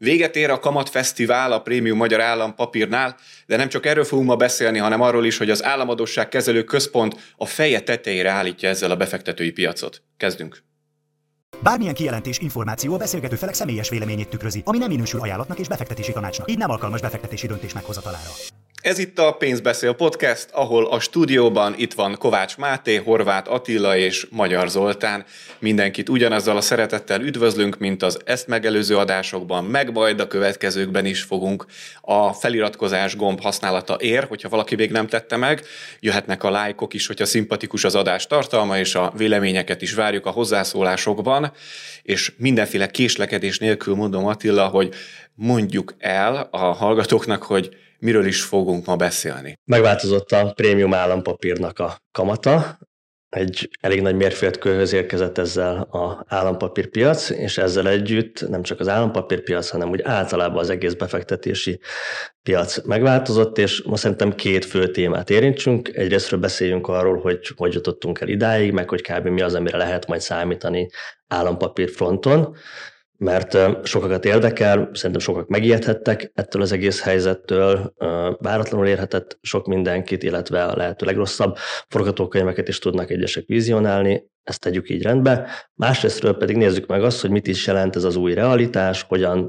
Véget ér a Kamatfesztivál a Prémium Magyar Állampapírnál, de nem csak erről fogunk ma beszélni, hanem arról is, hogy az Államadósságkezelő Központ a feje tetejére állítja ezzel a befektetői piacot. Kezdünk! Bármilyen kijelentés, információ a beszélgető felek személyes véleményét tükrözi, ami nem minősül ajánlatnak és befektetési tanácsnak, így nem alkalmas befektetési döntés meghozatalára. Ez itt a Pénzbeszél Podcast, ahol a stúdióban itt van Kovács Máté, Horváth Attila és Magyar Zoltán. Mindenkit ugyanazzal a szeretettel üdvözlünk, mint az ezt megelőző adásokban, meg majd a következőkben is fogunk. A feliratkozás gomb használata ér, hogyha valaki még nem tette meg. Jöhetnek a lájkok is, hogyha szimpatikus az adás tartalma, és a véleményeket is várjuk a hozzászólásokban. És mindenféle késlekedés nélkül mondom, Attila, hogy mondjuk el a hallgatóknak, hogy miről is fogunk ma beszélni. Megváltozott a prémium állampapírnak a kamata, egy elég nagy mérföldkőhöz érkezett ezzel az állampapírpiac, és ezzel együtt nem csak az állampapírpiac, hanem úgy általában az egész befektetési piac megváltozott, és most szerintem két fő témát érintsünk. Egyrésztről beszéljünk arról, hogy jutottunk el idáig, meg hogy kb. Mi az, amire lehet majd számítani állampapír fronton, mert sokakat érdekel, szerintem sokak megijedhettek ettől az egész helyzettől, váratlanul érhetett sok mindenkit, illetve a lehető legrosszabb forgatókönyveket is tudnak egyesek vizionálni, ezt tegyük így rendbe. Másrésztről pedig nézzük meg azt, hogy mit is jelent ez az új realitás, hogyan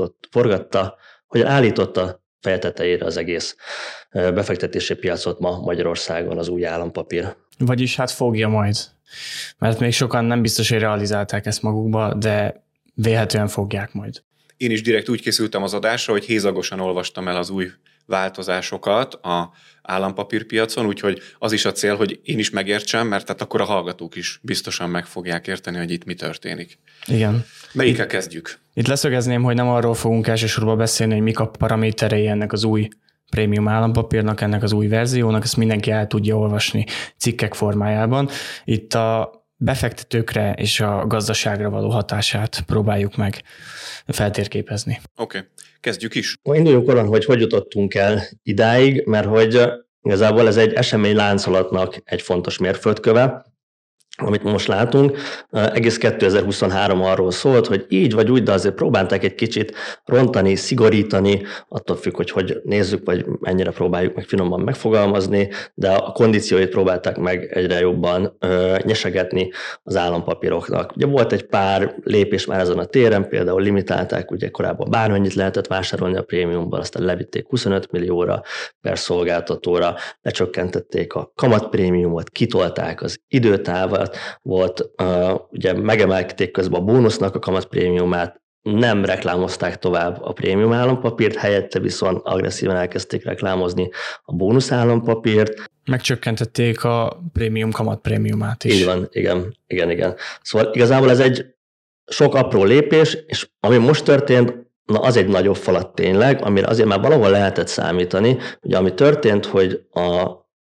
hogyan állította feje tetejére az egész befektetési piacot ma Magyarországon az új állampapír. Vagyis hát fogja majd, mert még sokan nem biztos, hogy realizálták ezt magukba, de vélhetően fogják majd. Én is direkt úgy készültem az adásra, hogy hézagosan olvastam el az új változásokat az állampapírpiacon, úgyhogy az is a cél, hogy én is megértsem, mert tehát akkor a hallgatók is biztosan meg fogják érteni, hogy itt mi történik. Igen. Melyikkel kezdjük? Itt leszögezném, hogy nem arról fogunk elsősorban beszélni, hogy mik a paraméterei ennek az új prémium állampapírnak, ennek az új verziónak, ezt mindenki el tudja olvasni cikkek formájában. Itt a befektetőkre és a gazdaságra való hatását próbáljuk meg feltérképezni. Oké. Kezdjük is. Induljunk onnan, hogy jutottunk el idáig, mert hogy igazából ez egy esemény láncolatnak egy fontos mérföldköve, amit most látunk. Egész 2023 arról szólt, hogy így vagy úgy, de azért próbálták egy kicsit rontani, szigorítani, attól függ, hogy nézzük, vagy mennyire próbáljuk meg finoman megfogalmazni, de a kondícióit próbálták meg egyre jobban nyesegetni az állampapíroknak. Ugye volt egy pár lépés már ezen a téren, például limitálták, ugye korábban bármennyit lehetett vásárolni a prémiumban, aztán levitték 25 millióra per szolgáltatóra, lecsökkentették a kamatprémiumot, kitolták az időtávat, volt, ugye megemelkedték közben a bónusznak a kamatprémiumát, nem reklámozták tovább a prémium állampapírt, helyette viszont agresszívan elkezdték reklámozni a bónusz állampapírt. Megcsökkentették a prémium kamatprémiumát is. Így van, igen. Szóval igazából ez egy sok apró lépés, és ami most történt, na az egy nagyobb falat tényleg, amire azért már valahol lehetett számítani. Ugye ami történt, hogy a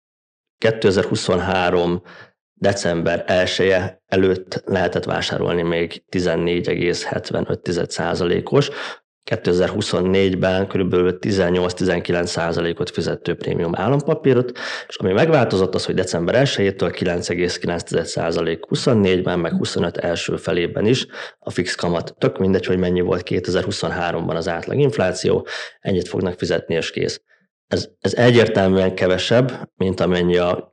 2023 december 1-e előtt lehetett vásárolni még 14,75%-os, 2024-ben kb. 18-19%-ot fizető prémium állampapírot, és ami megváltozott az, hogy december 1-től 9,9% 24-ben, meg 25 első felében is a fix kamat. Tök mindegy, hogy mennyi volt 2023-ban az átlaginfláció, ennyit fognak fizetni és kész. Ez egyértelműen kevesebb, mint amennyi a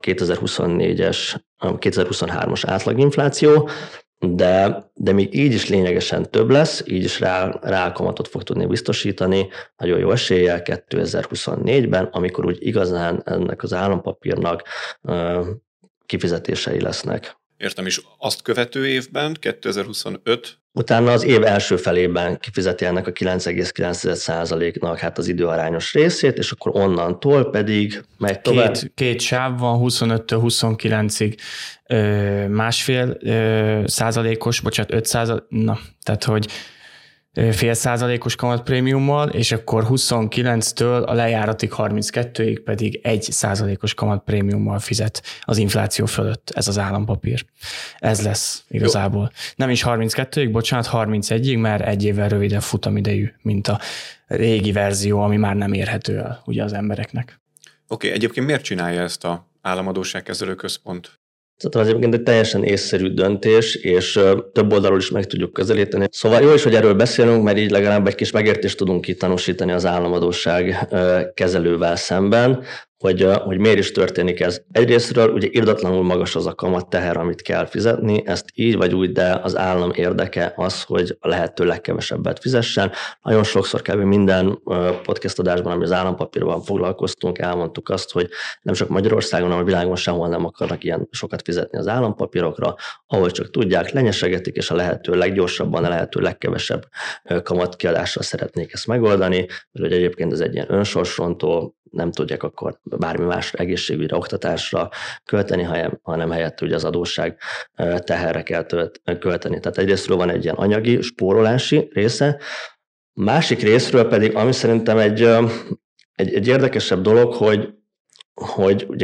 2023-as átlaginfláció, de még így is lényegesen több lesz, így is reálkamatot fog tudni biztosítani nagyon jó eséllyel 2024-ben, amikor úgy igazán ennek az állampapírnak kifizetései lesznek. Értem is, azt követő évben, 2025. Utána az év első felében kifizeti ennek a 9,9%-nak hát az időarányos részét, és akkor onnantól pedig megy tovább. Két sáv van, 25-től 29-ig másfél százalékos, 5%, tehát hogy fél százalékos kamatprémiummal, és akkor 29-től a lejáratig 32-ig pedig 1%-os kamatprémiummal fizet az infláció fölött ez az állampapír. Ez lesz igazából. Jó. Nem is 32-ig, 31-ig, mert egy évvel rövidebb futamidejű, mint a régi verzió, ami már nem érhető el ugye az embereknek. Oké, egyébként miért csinálja ezt az Államadósságkezelő Központ? Szerintem ez egyébként egy teljesen észszerű döntés, és több oldalról is meg tudjuk közelíteni. Szóval jó is, hogy erről beszélünk, mert így legalább egy kis megértést tudunk itt tanúsítani az államadósság kezelővel szemben, hogy miért is történik ez. Egyrésztről ugye irdatlanul magas az a kamatteher, amit kell fizetni, ezt így vagy úgy, de az állam érdeke az, hogy a lehető legkevesebbet fizessen. Nagyon sokszor kb. Minden podcast adásban, ami az állampapírban foglalkoztunk, elmondtuk azt, hogy nem csak Magyarországon, hanem a világon sehol nem akarnak ilyen sokat fizetni az állampapírokra, ahol csak tudják, lenyesegetik, és a lehető leggyorsabban, a lehető legkevesebb kamatkiadással szeretnék ezt megoldani, mert hogy egyébként ez egy ilyen önsorsrontó, nem tudják akkor bármi más egészségügyre, oktatásra költeni, hanem helyett ugye az adósság teherre kell költeni. Tehát egyrésztről van egy ilyen anyagi, spórolási része, másik részről pedig, ami szerintem egy érdekesebb dolog, hogy ugye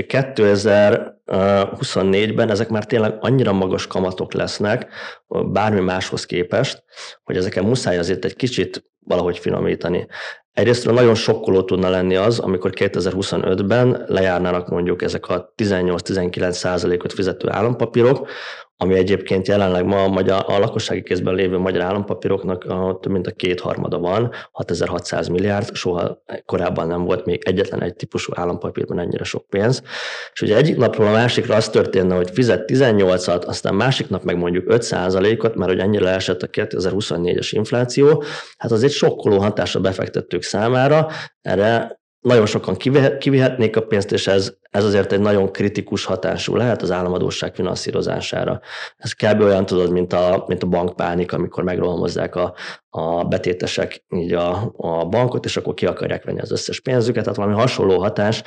2024-ben ezek már tényleg annyira magas kamatok lesznek, bármi máshoz képest, hogy ezeken muszáj azért egy kicsit valahogy finomítani. Egyrésztről nagyon sokkoló tudna lenni az, amikor 2025-ben lejárnának mondjuk ezek a 18-19%-ot fizető állampapírok, ami egyébként jelenleg ma a lakossági kézben lévő magyar állampapíroknak több mint a 2/3 van, 6600 milliárd, soha korábban nem volt még egyetlen egy típusú állampapírban ennyire sok pénz. És ugye egyik napról a másikra az történne, hogy fizet 18-at, aztán másik nap meg mondjuk 5%-ot, mert hogy ennyire leesett a 2024-es infláció, hát az egy sokkoló hatás a befektetők számára, erre nagyon sokan kivihetnék a pénzt, és ez azért egy nagyon kritikus hatású lehet az államadósság finanszírozására. Ez kb. Olyan tudod, mint a bankpánik, amikor megrohamozzák a betétesek így a bankot, és akkor ki akarják venni az összes pénzüket, tehát valami hasonló hatás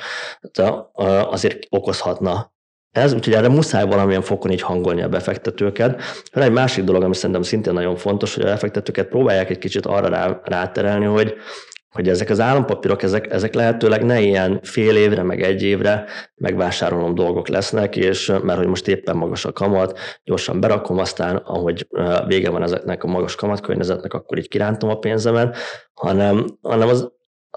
azért okozhatna ez, úgyhogy erre muszáj valamilyen fokon így hangolni a befektetőket. Egy másik dolog, ami szerintem szintén nagyon fontos, hogy a befektetőket próbálják egy kicsit arra ráterelni, hogy ezek az állampapírok, ezek lehetőleg ne ilyen fél évre, meg egy évre megvásárolom dolgok lesznek, és mert hogy most éppen magas a kamat, gyorsan berakom, aztán ahogy vége van ezeknek a magas kamatkörnyezetnek, akkor így kirántom a pénzemet, hanem az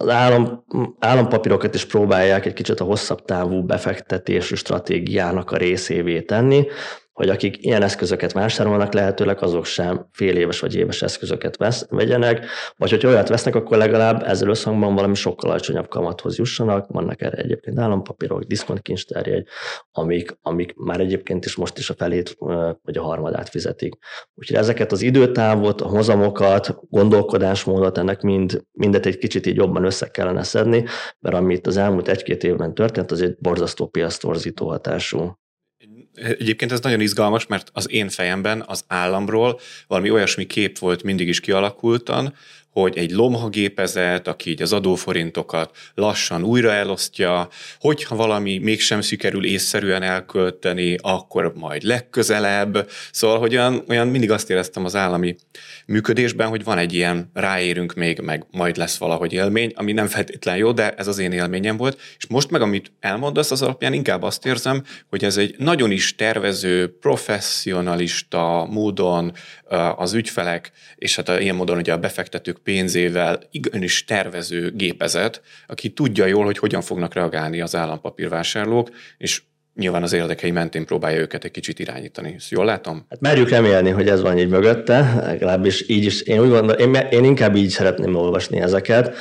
állampapírokat is próbálják egy kicsit a hosszabb távú befektetési stratégiának a részévé tenni, hogy akik ilyen eszközöket vásárolnak, lehetőleg azok sem fél éves vagy éves eszközöket vegyenek, vagy hogy olyat vesznek, akkor legalább ezzel összhangban valami sokkal alacsonyabb kamathoz jussanak. Vannak erre egyébként állampapírok, diszkontkincstárjegy, amik már egyébként is most is a felét vagy a harmadát fizetik. Úgyhogy ezeket az időtávot, a hozamokat, gondolkodásmódot, ennek mindet egy kicsit így jobban össze kellene szedni, mert amit az elmúlt 1-2 évben történt, az egy borzasztó piactorzító hatású. Egyébként ez nagyon izgalmas, mert az én fejemben az államról valami olyasmi kép volt mindig is kialakultan, hogy egy lomhagépezet, aki így az adóforintokat lassan újra elosztja, hogyha valami mégsem sikerül észszerűen elkölteni, akkor majd legközelebb. Szóval, hogy olyan mindig azt éreztem az állami működésben, hogy van egy ilyen ráérünk még, meg majd lesz valahogy élmény, ami nem feltétlen jó, de ez az én élményem volt. És most meg, amit elmondasz, az alapján inkább azt érzem, hogy ez egy nagyon is tervező, professzionalista módon az ügyfelek, és hát ilyen módon ugye a befektetők pénzével igenis tervező gépezet, aki tudja jól, hogy hogyan fognak reagálni az állampapírvásárlók, és nyilván az érdekei mentén próbálja őket egy kicsit irányítani. Ezt jól látom? Hát merjük remélni, hogy ez van így mögötte, legalábbis így is. Én úgy gondolom, én inkább így szeretném olvasni ezeket.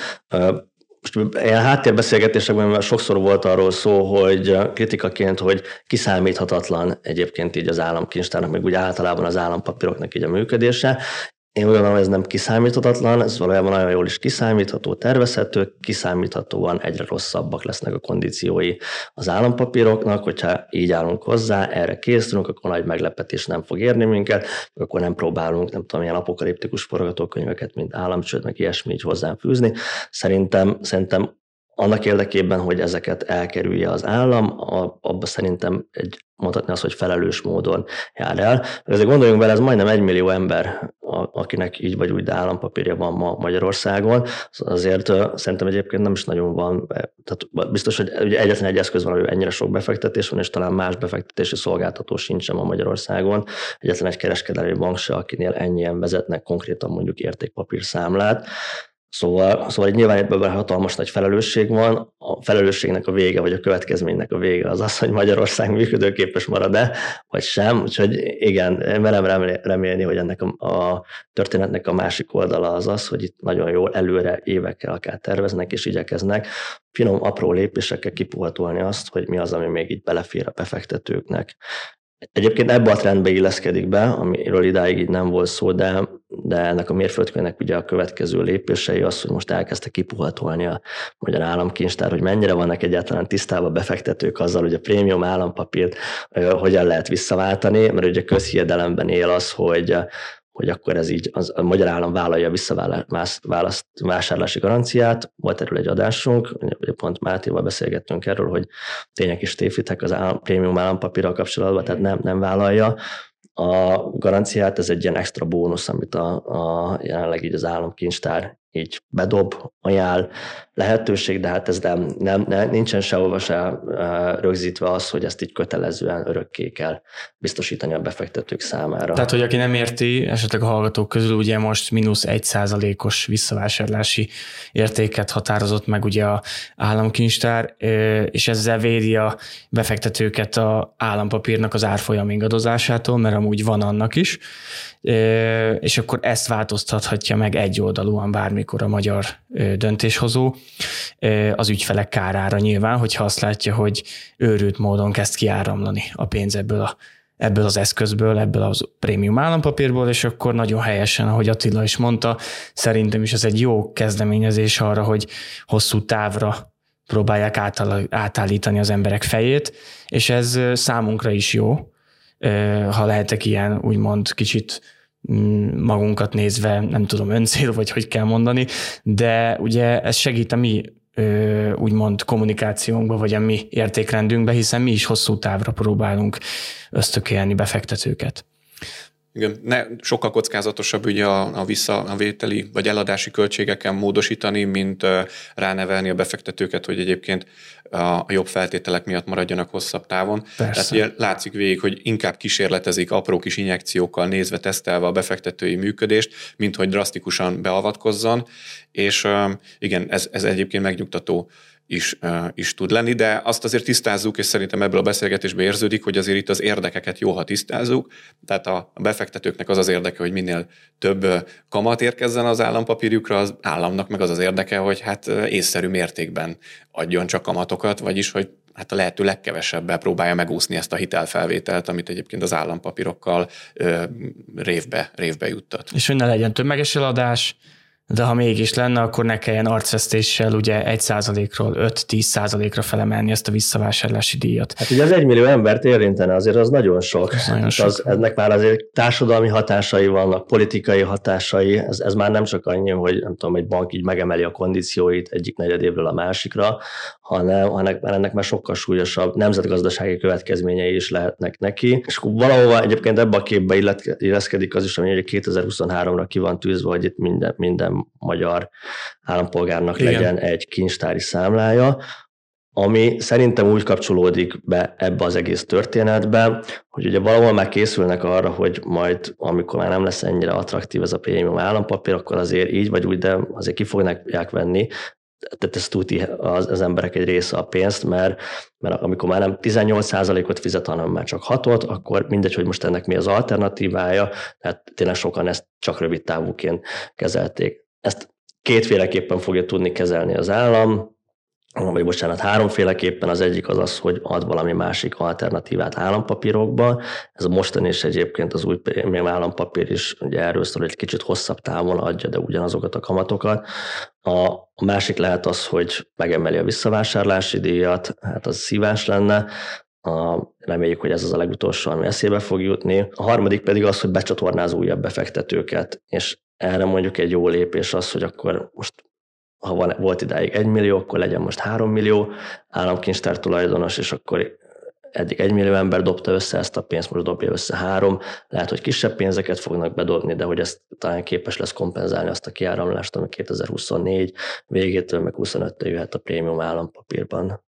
Most ilyen háttérbeszélgetésekben már sokszor volt arról szó, hogy kritikaként, hogy kiszámíthatatlan egyébként így az államkincstárnak, meg úgy általában az állampapíroknak így a működése. Én úgy gondolom, hogy ez nem kiszámíthatatlan, ez valójában nagyon jól is kiszámítható, tervezhető, kiszámíthatóan egyre rosszabbak lesznek a kondíciói az állampapíroknak, hogyha így állunk hozzá, erre készülünk, akkor nagy meglepetés nem fog érni minket, akkor nem próbálunk, nem tudom, ilyen apokaliptikus forgatókönyveket, mint államcsőd, meg ilyesmi így hozzám fűzni. Szerintem annak érdekében, hogy ezeket elkerülje az állam, abban szerintem mondhatni azt, hogy felelős módon jár el. Ezért gondoljunk bele, ez majdnem 1 millió ember, akinek így vagy úgy, de állampapírja van ma Magyarországon. Azért szerintem egyébként nem is nagyon van, tehát biztos, hogy ugye egyetlen egy eszköz van, hogy ennyire sok befektetés van, és talán más befektetési szolgáltató sincsen ma Magyarországon. Egyetlen egy kereskedelmi bank se, akinél ennyien vezetnek konkrétan mondjuk értékpapírszámlát. Szóval nyilván ebben hatalmas nagy felelősség van, a felelősségnek a vége, vagy a következménynek a vége az az, hogy Magyarország működőképes marad-e, vagy sem. Úgyhogy igen, merem remélni, hogy ennek a történetnek a másik oldala az, hogy itt nagyon jól előre évekkel akár terveznek és igyekeznek finom, apró lépésekkel kipuhatolni azt, hogy mi az, ami még így belefér a befektetőknek. Egyébként ebbe a trendbe illeszkedik be, amiről idáig így nem volt szó, de ennek a mérföldkőnek ugye a következő lépései az, hogy most elkezdte kipuhatolni a magyar államkincstár, hogy mennyire vannak egyáltalán tisztában befektetők azzal, hogy a prémium állampapírt hogyan lehet visszaváltani, mert ugye közhiedelemben él az, hogy akkor ez így, a magyar állam vállalja a visszavásárlási garanciát. Volt erről egy adásunk, ugye pont Mátéval beszélgettünk erről, hogy tények és tévhitek az prémium állampapírral kapcsolatban, tehát nem vállalja a garanciát, ez egy ilyen extra bónusz, amit jelenleg így az államkincstár így bedob, ajánl, lehetőség, de hát ez nincsen sehova se rögzítve az, hogy ezt így kötelezően örökké kell biztosítani a befektetők számára. Tehát, hogy aki nem érti, esetleg a hallgatók közül ugye most -1%-os visszavásárlási értéket határozott meg ugye az államkincstár, és ezzel védi a befektetőket az állampapírnak az árfolyam ingadozásától, mert amúgy van annak is, és akkor ezt változtathatja meg egyoldalúan bármikor a magyar döntéshozó az ügyfelek kárára nyilván, hogyha azt látja, hogy őrült módon kezd kiáramlani a pénz ebből az eszközből, ebből az prémium állampapírból, és akkor nagyon helyesen, ahogy Attila is mondta, szerintem is ez egy jó kezdeményezés arra, hogy hosszú távra próbálják átállítani az emberek fejét, és ez számunkra is jó, ha lehetek ilyen úgymond kicsit magunkat nézve, nem tudom, öncél, vagy hogy kell mondani, de ugye ez segít a mi úgymond kommunikációnkba, vagy a mi értékrendünkbe, hiszen mi is hosszú távra próbálunk ösztökélni befektetőket. Igen, sokkal kockázatosabb ugye a visszavételi vagy eladási költségeken módosítani, mint ránevelni a befektetőket, hogy egyébként a jobb feltételek miatt maradjanak hosszabb távon. Persze. Tehát ugye látszik végig, hogy inkább kísérletezik apró kis injekciókkal nézve, tesztelve a befektetői működést, mint hogy drasztikusan beavatkozzon, és igen, ez egyébként megnyugtató is tud lenni, de azt azért tisztázzuk, és szerintem ebből a beszélgetésből érződik, hogy azért itt az érdekeket jó, ha tisztázzuk. Tehát a befektetőknek az érdeke, hogy minél több kamat érkezzen az állampapírjukra, az államnak meg az érdeke, hogy hát észszerű mértékben adjon csak kamatokat, vagyis hogy hát a lehető legkevesebbel próbálja megúszni ezt a hitelfelvételt, amit egyébként az állampapírokkal révbe juttat. És hogy ne legyen tömeges eladás, de ha mégis lenne, akkor ne kelljen arcvesztéssel ugye 1%-ról 5-10%-ra felemelni ezt a visszavásárlási díjat. Hát ugye az 1 millió embert érintene, azért az nagyon sok. Nagyon sok. Ennek már azért társadalmi hatásai vannak, politikai hatásai, ez már nem csak annyi, hogy nem tudom, egy bank így megemeli a kondícióit egyik negyedévről a másikra, hanem ennek már sokkal súlyosabb nemzetgazdasági következményei is lehetnek neki. És akkor valahova egyébként ebbe a képbe illeszkedik az is, ami 2023-ra ki van tűzve, hogy itt minden magyar állampolgárnak legyen egy kincstári számlája, ami szerintem úgy kapcsolódik be ebbe az egész történetbe, hogy ugye valahol már készülnek arra, hogy majd, amikor már nem lesz ennyire attraktív ez a prémium állampapír, akkor azért így vagy úgy, de azért ki fogják venni, tehát ez tuti az emberek egy része a pénzt, mert amikor már nem 18%-ot fizet, hanem már csak 6-ot, akkor mindegy, hogy most ennek mi az alternatívája, tehát tényleg sokan ezt csak rövid távúként kezelték. Ezt kétféleképpen fogja tudni kezelni az állam, vagy bocsánat, háromféleképpen. Az egyik az, hogy ad valami másik alternatívát állampapírokba. Ez a mostani is egyébként az új prémium állampapír is ugye erről szól, hogy egy kicsit hosszabb távon adja, de ugyanazokat a kamatokat. A másik lehet az, hogy megemeli a visszavásárlási díjat, hát az szívás lenne. Reméljük, hogy ez az a legutolsó, ami eszébe fog jutni. A harmadik pedig az, hogy becsatornáz újabb befektetőket, és erre mondjuk egy jó lépés az, hogy akkor most ha volt idáig 1 millió, akkor legyen most 3 millió államkincstár tulajdonos, és akkor eddig 1 millió ember dobta össze ezt a pénzt, most dobja össze 3. Lehet, hogy kisebb pénzeket fognak bedobni, de hogy ez talán képes lesz kompenzálni azt a kiáramlást, ami 2024 végétől, meg 25-től jöhet a prémium állampapírban.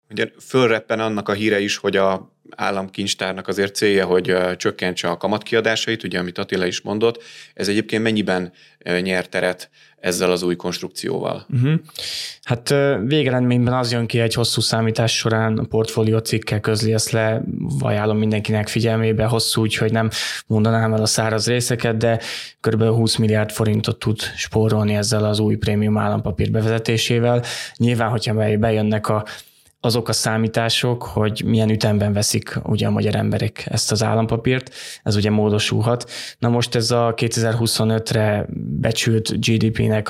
Ugye fölreppen annak a híre is, hogy a államkincstárnak azért célja, hogy csökkentse a kamatkiadásait, ugye, amit Attila is mondott. Ez egyébként mennyiben nyer teret ezzel az új konstrukcióval? Hát végeredményben az jön ki egy hosszú számítás során, a portfólió cikkel közli ezt le, ajánlom mindenkinek figyelmébe, hosszú, úgyhogy nem mondanám el a száraz részeket, de kb. 20 milliárd forintot tud spórolni ezzel az új prémium állampapír bevezetésével. Nyilván, hogyha bejönnek azok a számítások, hogy milyen ütemben veszik ugye a magyar emberek ezt az állampapírt, ez ugye módosulhat. Na most ez a 2025-re becsült GDP-nek a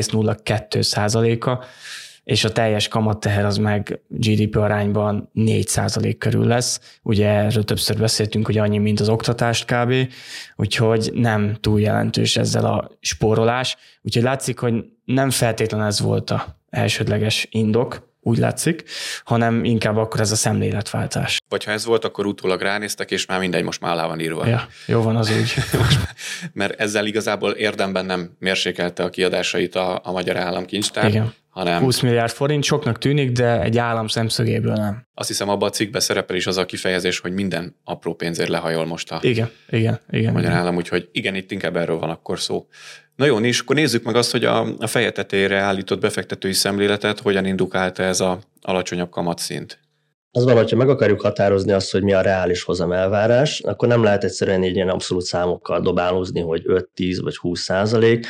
0,02%-a, és a teljes kamatteher az meg GDP arányban 4% körül lesz. Ugye erről többször beszéltünk, hogy annyi, mint az oktatást kb. Úgyhogy nem túl jelentős ezzel a spórolás. Úgyhogy látszik, hogy nem feltétlenül ez volt az elsődleges indok, úgy látszik, hanem inkább akkor ez a szemléletváltás. Vagy ha ez volt, akkor utólag ránéztek, és már mindegy, most már alá van írva. Ja, jó van az úgy. Mert ezzel igazából érdemben nem mérsékelte a kiadásait a magyar államkincstár. Igen. Hanem 20 milliárd forint soknak tűnik, de egy állam szemszögéből nem. Azt hiszem, abban a cikkben szerepel is az a kifejezés, hogy minden apró pénzért lehajol most a magyar állam, úgyhogy igen, itt inkább erről van akkor szó. Na jó, és akkor nézzük meg azt, hogy a feje tetejére állított befektetői szemléletet hogyan indukálta ez az alacsonyabb kamatszint. Az van, hogyha meg akarjuk határozni azt, hogy mi a reális hozamelvárás, akkor nem lehet egyszerűen így ilyen abszolút számokkal dobálózni, hogy 5, 10 vagy 20%.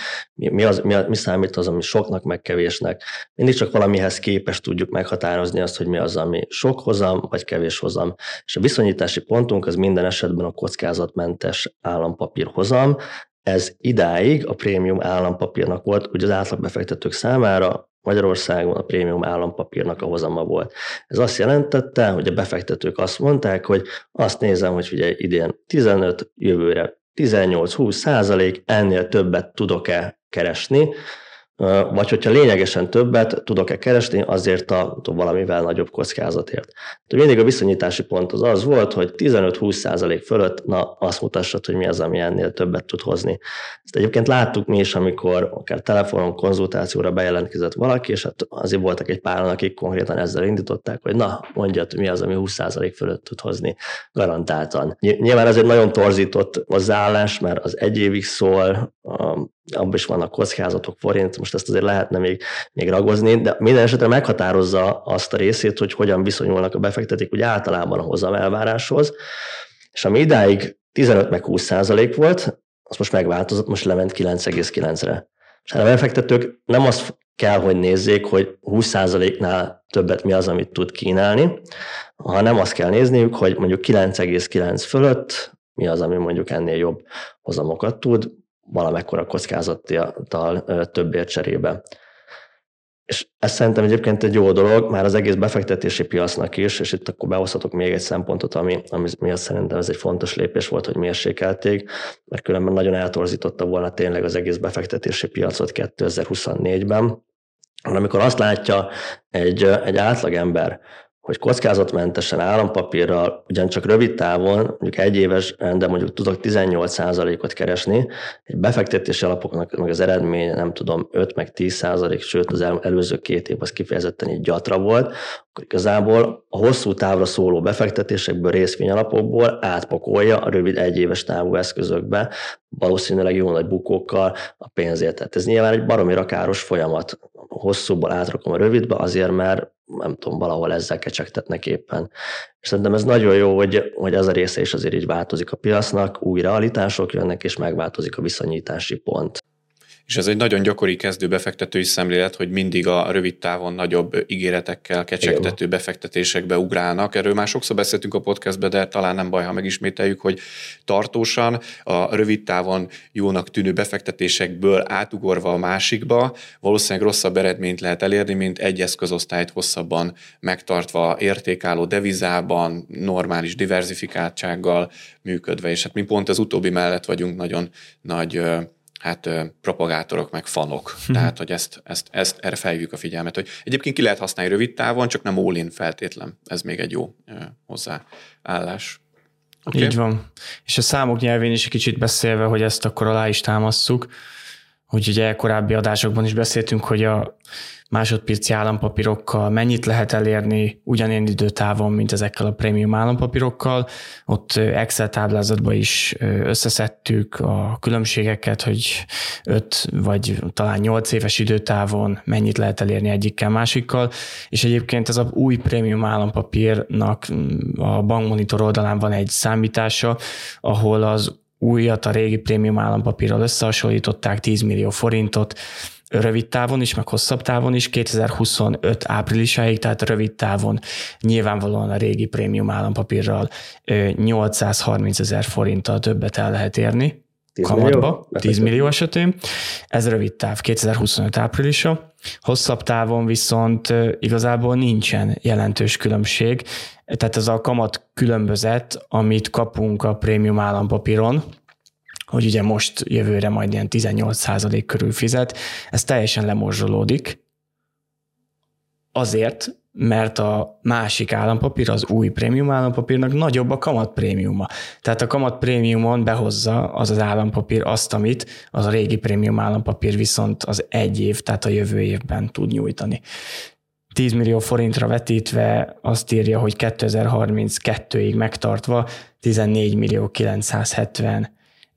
Mi számít az, ami soknak, meg kevésnek. Mindig csak valamihez képest tudjuk meghatározni azt, hogy mi az, ami sok hozam, vagy kevés hozam. És a viszonyítási pontunk az minden esetben a kockázatmentes állampapír hozam. Ez idáig a prémium állampapírnak volt, ugye az átlagbefektetők számára Magyarországon a prémium állampapírnak a hozama volt. Ez azt jelentette, hogy a befektetők azt mondták, hogy azt nézem, hogy ugye idén 15, jövőre 18-20%, ennél többet tudok-e keresni, vagy hogyha lényegesen többet tudok-e keresni azért a valamivel nagyobb kockázatért. De mindig a viszonyítási pont az volt, hogy 15-20% fölött, na azt mutassad, hogy mi az, ami ennél többet tud hozni. Ezt egyébként láttuk mi is, amikor akár telefonon konzultációra bejelentkezett valaki, és hát azért voltak egy páran, akik konkrétan ezzel indították, hogy na, mondjad, mi az, ami 20% fölött tud hozni garantáltan. Nyilván ez egy nagyon torzított hozzáállás, mert az egy évig szól, abban is vannak kockázatok, forint, most ezt azért lehetne még ragozni, de minden esetre meghatározza azt a részét, hogy hogyan viszonyulnak a befektetők úgy általában a hozamelváráshoz, és ami idáig 15 meg 20% volt, az most megváltozott, most lement 9,9-re. És a befektetők nem azt kell, hogy nézzék, hogy 20%-nál többet mi az, amit tud kínálni, hanem azt kell nézniük, hogy mondjuk 9,9 fölött mi az, ami mondjuk ennél jobb hozamokat tud, valamekkora kockázattal többért cserébe. És ez szerintem egyébként egy jó dolog, már az egész befektetési piacnak is, és itt akkor behozhatok még egy szempontot, ami miatt szerintem ez egy fontos lépés volt, hogy mérsékelték, mert különben nagyon eltorzította volna tényleg az egész befektetési piacot 2024-ben. Amikor azt látja egy átlagember, hogy kockázatmentesen állampapírral ugyancsak rövid távon, mondjuk egy éves, de mondjuk tudok 18%-ot keresni, egy befektetési alapoknak meg az eredménye, nem tudom, 5 meg 10%, sőt az előző 2 év az kifejezetten így gyatra volt, akkor igazából a hosszú távra szóló befektetésekből, részvényalapokból átpakolja a rövid egyéves távú eszközökbe, valószínűleg jó nagy bukókkal a pénzért. Tehát ez nyilván egy baromi rakáros folyamat. Hosszúból átrakom a rövidbe azért, mert nem tudom, valahol ezzel kecsegtetnek éppen. És szerintem ez nagyon jó, hogy ez a része is azért így változik a piacnak, új realitások jönnek, és megváltozik a viszonyítási pont. És ez egy nagyon gyakori kezdőbefektetői szemlélet, hogy mindig a rövid távon nagyobb ígéretekkel kecsegtető befektetésekbe ugrálnak. Erről már sokszor beszéltünk a podcastben, de talán nem baj, ha megismételjük, hogy tartósan a rövid távon jónak tűnő befektetésekből átugorva a másikba valószínűleg rosszabb eredményt lehet elérni, mint egy eszközosztályt hosszabban megtartva, értékálló devizában, normális diverzifikáltsággal működve. És hát mi pont az utóbbi mellett vagyunk nagyon nagy propagátorok, meg fanok. Tehát, hogy ezt erre felhívjuk a figyelmet, hogy egyébként ki lehet használni rövid távon, csak nem all-in feltétlen. Ez még egy jó hozzáállás. Okay. Így van. És a számok nyelvén is egy kicsit beszélve, hogy ezt akkor alá is támasszuk, hogy ugye korábbi adásokban is beszéltünk, hogy a másodpiaci állampapírokkal mennyit lehet elérni ugyanilyen időtávon, mint ezekkel a prémium állampapírokkal. Ott Excel táblázatban is összeszedtük a különbségeket, hogy 5 vagy talán 8 éves időtávon mennyit lehet elérni egyikkel másikkal, és egyébként ez az új prémium állampapírnak a Bankmonitor oldalán van egy számítása, ahol az újat a régi prémium állampapírral összehasonlították, 10 millió forintot, rövid távon is, meg hosszabb távon is, 2025 áprilisáig, tehát rövid távon nyilvánvalóan a régi prémium állampapírral 830 000 forinttal többet el lehet érni kamatba, 10 millió esetén. Ez rövid táv, 2025 áprilisa. Hosszabb távon viszont igazából nincsen jelentős különbség, tehát ez a kamat különbözet, amit kapunk a prémium állampapíron, hogy ugye most jövőre majd ilyen 18% körül fizet, ez teljesen lemorzsolódik. Azért, mert a másik állampapír, az új prémium állampapírnak nagyobb a kamatprémiuma. Tehát a kamatprémiumon behozza az állampapír azt, amit az a régi prémium állampapír viszont az egy év, tehát a jövő évben tud nyújtani. 10 millió forintra vetítve azt írja, hogy 2032-ig megtartva 14 millió 970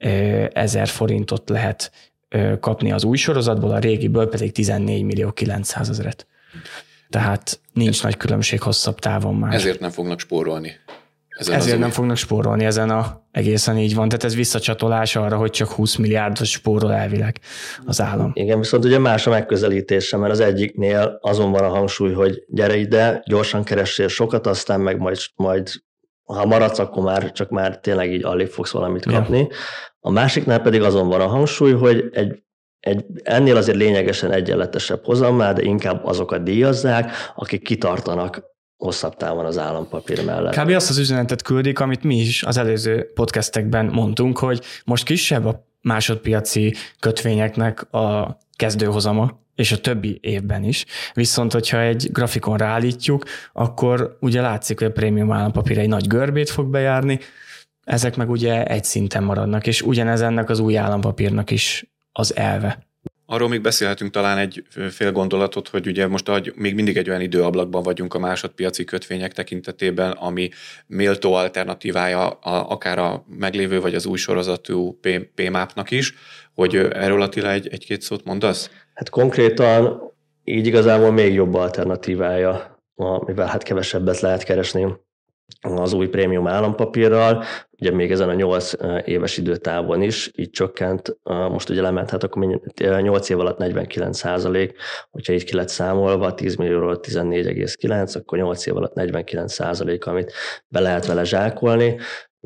000 forintot lehet kapni az új sorozatból, a régiből pedig 14 millió 900 000. Tehát nincs nagy különbség hosszabb távon már. Ezért nem fognak spórolni. Ezért nem fognak spórolni, egészen így van. Tehát ez visszacsatolás arra, hogy csak 20 milliárdot spórol elvileg az állam. Igen, viszont ugye más a megközelítése, mert az egyiknél azon van a hangsúly, hogy gyere ide, gyorsan keressél sokat, aztán meg majd ha maradsz, akkor már tényleg így alig fogsz valamit kapni. Ja. A másiknál pedig azon van a hangsúly, hogy egy ennél azért lényegesen egyenletesebb hozamnál, de inkább azokat díjazzák, akik kitartanak hosszabb távon az állampapír mellett. Kb. Azt az üzenetet küldik, amit mi is az előző podcastekben mondtunk, hogy most kisebb a másodpiaci kötvényeknek a kezdőhozama, és a többi évben is. Viszont, hogyha egy grafikon ráállítjuk, akkor ugye látszik, hogy a prémium állampapír egy nagy görbét fog bejárni, ezek meg ugye egy szinten maradnak, és ugyanez ennek az új állampapírnak is az elve. Arról még beszélhetünk talán egy fél gondolatot, hogy ugye most még mindig egy olyan időablakban vagyunk a másodpiaci kötvények tekintetében, ami méltó alternatívája akár a meglévő vagy az új sorozatú PMAP-nak is, hogy erről Attila egy-két szót mondasz? Hát konkrétan így igazából még jobb alternatívája, mivel hát kevesebbet lehet keresni az új prémium állampapírral, ugye még ezen a 8 éves időtávon is így csökkent, most ugye lement, hát akkor 8 év alatt 49%, hogyha így ki lett számolva, 10 millióról 14,9, akkor 8 év alatt 49%, amit be lehet vele zsákolni.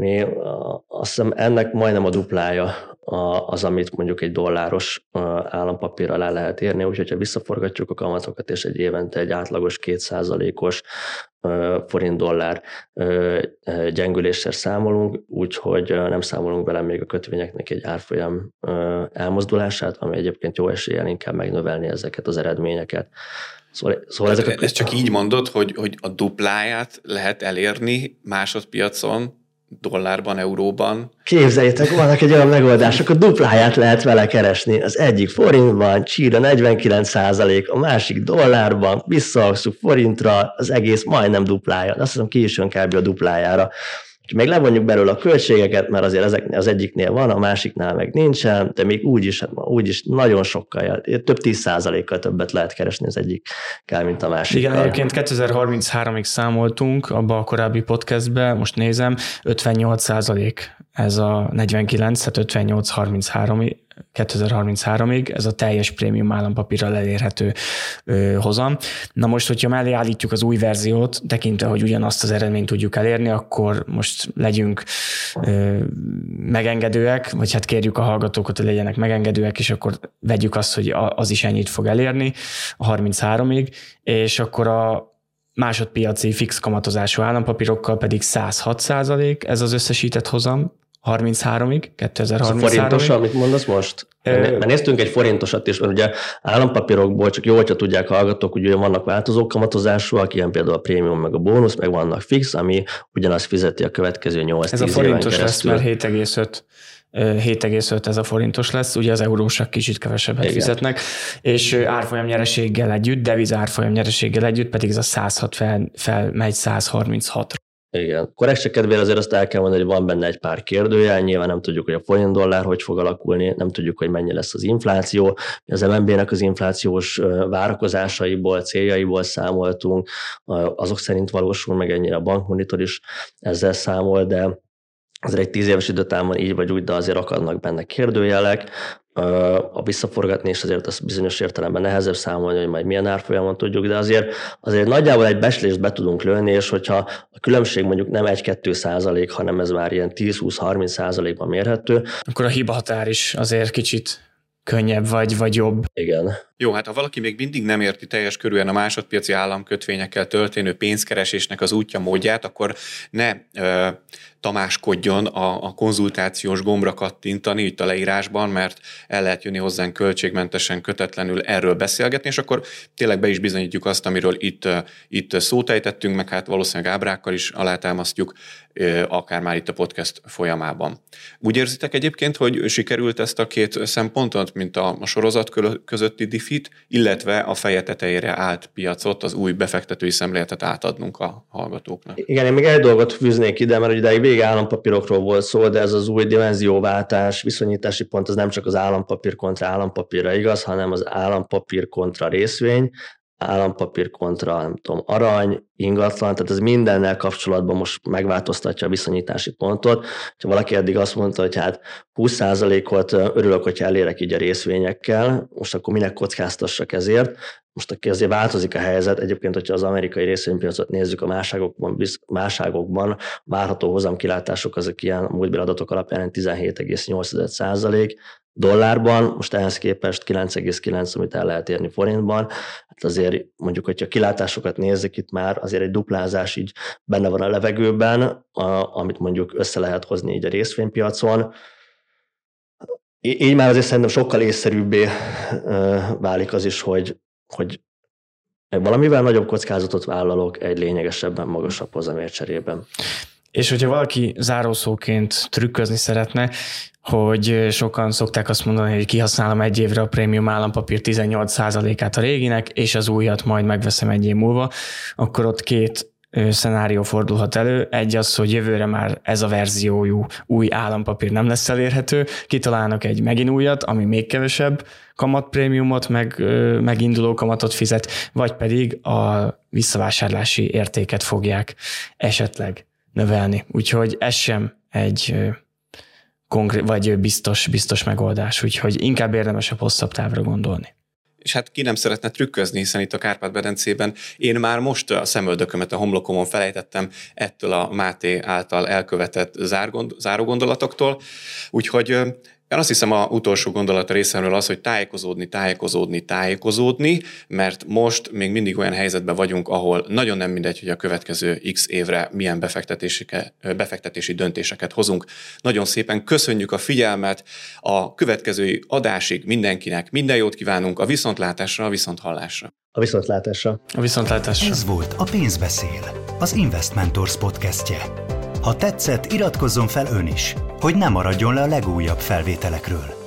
Azt hiszem ennek majdnem a duplája az, amit mondjuk egy dolláros állampapírral el lehet érni, úgyhogy ha visszaforgatjuk a kamatokat, és egy évente egy átlagos 2%-os forint-dollár gyengüléssel számolunk, úgyhogy nem számolunk bele még a kötvényeknek egy árfolyam elmozdulását, ami egyébként jó eséllyel inkább megnövelni ezeket az eredményeket. Szóval ezt csak így mondod, hogy a dupláját lehet elérni másodpiacon, dollárban, euróban. Képzeljétek, vannak egy olyan megoldások, a dupláját lehet vele keresni. Az egyik forintban, csíra 49%, a másik dollárban, visszahosszuk forintra, az egész majdnem duplája. Azt hiszem, ki is jön kb. A duplájára. Még levonjuk belőle a költségeket, mert azért ezeknél az egyiknél van, a másiknál meg nincsen, de még úgyis nagyon sokkal, több 10%-kal többet lehet keresni az egyikkel, mint a másikkal. Igen, egyébként 2033-ig számoltunk abban a korábbi podcastben, most nézem, 58% ez a 49, tehát 2033-ig, ez a teljes prémium állampapírral elérhető hozam. Na most, hogyha mellé állítjuk az új verziót, tekintve, hogy ugyanazt az eredményt tudjuk elérni, akkor most legyünk megengedőek, vagy hát kérjük a hallgatókat, hogy legyenek megengedőek, és akkor vegyük azt, hogy az is ennyit fog elérni a 33-ig, és akkor a másodpiaci fix kamatozású állampapírokkal pedig 106%, ez az összesített hozam, 33-ig, 2033-ig. Forintos, amit mondasz most? Mert néztünk egy forintosat is, mert ugye állampapírokból csak jó, hogyha tudják hallgatók, hogy ugye vannak változó kamatozásúak, ilyen például a prémium meg a bónusz, meg vannak fix, ami ugyanazt fizeti a következő 8-10 éven keresztül. Ez a forintos lesz, mert 7,5 7,5 ez a forintos lesz, ugye az eurósak kicsit kevesebbet fizetnek, és árfolyam nyereséggel együtt, deviz árfolyam nyereséggel együtt pedig ez a 106 felmegy 136-ra. Igen. Korrektség kedvére azért azt el kell mondani, hogy van benne egy pár kérdőjel, nyilván nem tudjuk, hogy a forint-dollár hogy fog alakulni, nem tudjuk, hogy mennyi lesz az infláció. Az MNB-nek az inflációs várakozásaiból, céljaiból számoltunk, azok szerint valósul meg, ennyire a bankmonitor is ezzel számol, de azért egy 10 éves időtávon így vagy úgy, de azért akadnak benne kérdőjelek. A visszaforgatni és azért az bizonyos értelemben nehezebb számolni, hogy majd milyen árfolyamon tudjuk, de azért nagyjából egy becslést be tudunk lőni, és hogyha a különbség mondjuk nem 1-2%, hanem ez már ilyen 10-20-30%-ban mérhető. Akkor a hibahatár is azért kicsit könnyebb vagy jobb. Igen. Jó, hát ha valaki még mindig nem érti teljes körűen a másodpiaci államkötvényekkel történő pénzkeresésnek az útja, módját, akkor ne tamáskodjon a konzultációs gombra kattintani itt a leírásban, mert el lehet jönni hozzánk költségmentesen, kötetlenül erről beszélgetni, és akkor tényleg be is bizonyítjuk azt, amiről itt szót ejtettünk, meg hát valószínűleg ábrákkal is alátámasztjuk, akár már itt a podcast folyamában. Úgy érzitek egyébként, hogy sikerült ezt a két szempontot, mint a sorozat közötti diffit, illetve a feje tetejére állt piacot, az új befektetői szemléletet átadnunk a hallgatóknak? Igen, én még egy dolgot fűznék ide, mert ugye végig állampapírokról volt szó, de ez az új dimenzióváltás, viszonyítási pont, az nem csak az állampapír kontra állampapírra igaz, hanem az állampapír kontra részvény, állampapír kontra, nem tudom, arany, ingatlan, tehát ez mindennel kapcsolatban most megváltoztatja a viszonyítási pontot. Ha valaki eddig azt mondta, hogy hát 20%-ot örülök, hogyha elérek így a részvényekkel, most akkor minek kockáztassak ezért? Most aki azért változik a helyzet, egyébként, hogyha az amerikai részvénypiacot nézzük, a válságokban várható hozamkilátások azok ilyen múltbéli adatok alapján 17,8%, dollárban, most ehhez képest 9,9, amit el lehet érni forintban. Hát azért mondjuk, hogyha kilátásokat nézzük, itt már azért egy duplázás így benne van a levegőben, amit mondjuk össze lehet hozni így a részvénypiacon. Így már azért szerintem sokkal észszerűbbé válik az is, hogy valamivel nagyobb kockázatot vállalok egy lényegesebben magasabb hozamért cserében. És hogyha valaki zárószóként trükközni szeretne, hogy sokan szokták azt mondani, hogy kihasználom egy évre a prémium állampapír 18%-át a réginek, és az újat majd megveszem egy év múlva, akkor ott két szenárió fordulhat elő. Egy az, hogy jövőre már ez a verziójú új állampapír nem lesz elérhető, kitalálnak egy megint újat, ami még kevesebb kamatprémiumot, meginduló kamatot fizet, vagy pedig a visszavásárlási értéket fogják esetleg növelni. Úgyhogy ez sem egy konkrét, vagy biztos megoldás, úgyhogy inkább érdemes a hosszabb távra gondolni. És hát ki nem szeretne trükközni, hiszen itt a Kárpát-medencében én már most a szemöldökömet a homlokomon felejtettem ettől a Máté által elkövetett zárógondolatoktól, úgyhogy én azt hiszem, a utolsó gondolat részemről az, hogy tájékozódni, mert most még mindig olyan helyzetben vagyunk, ahol nagyon nem mindegy, hogy a következő x évre milyen befektetési döntéseket hozunk. Nagyon szépen köszönjük a figyelmet, a következő adásig mindenkinek minden jót kívánunk, a viszontlátásra, a viszonthallásra. A viszontlátásra. A viszontlátásra. Ez volt a Pénzbeszél, az Investmentors podcastje. Ha tetszett, iratkozzon fel ön is, hogy ne maradjon le a legújabb felvételekről.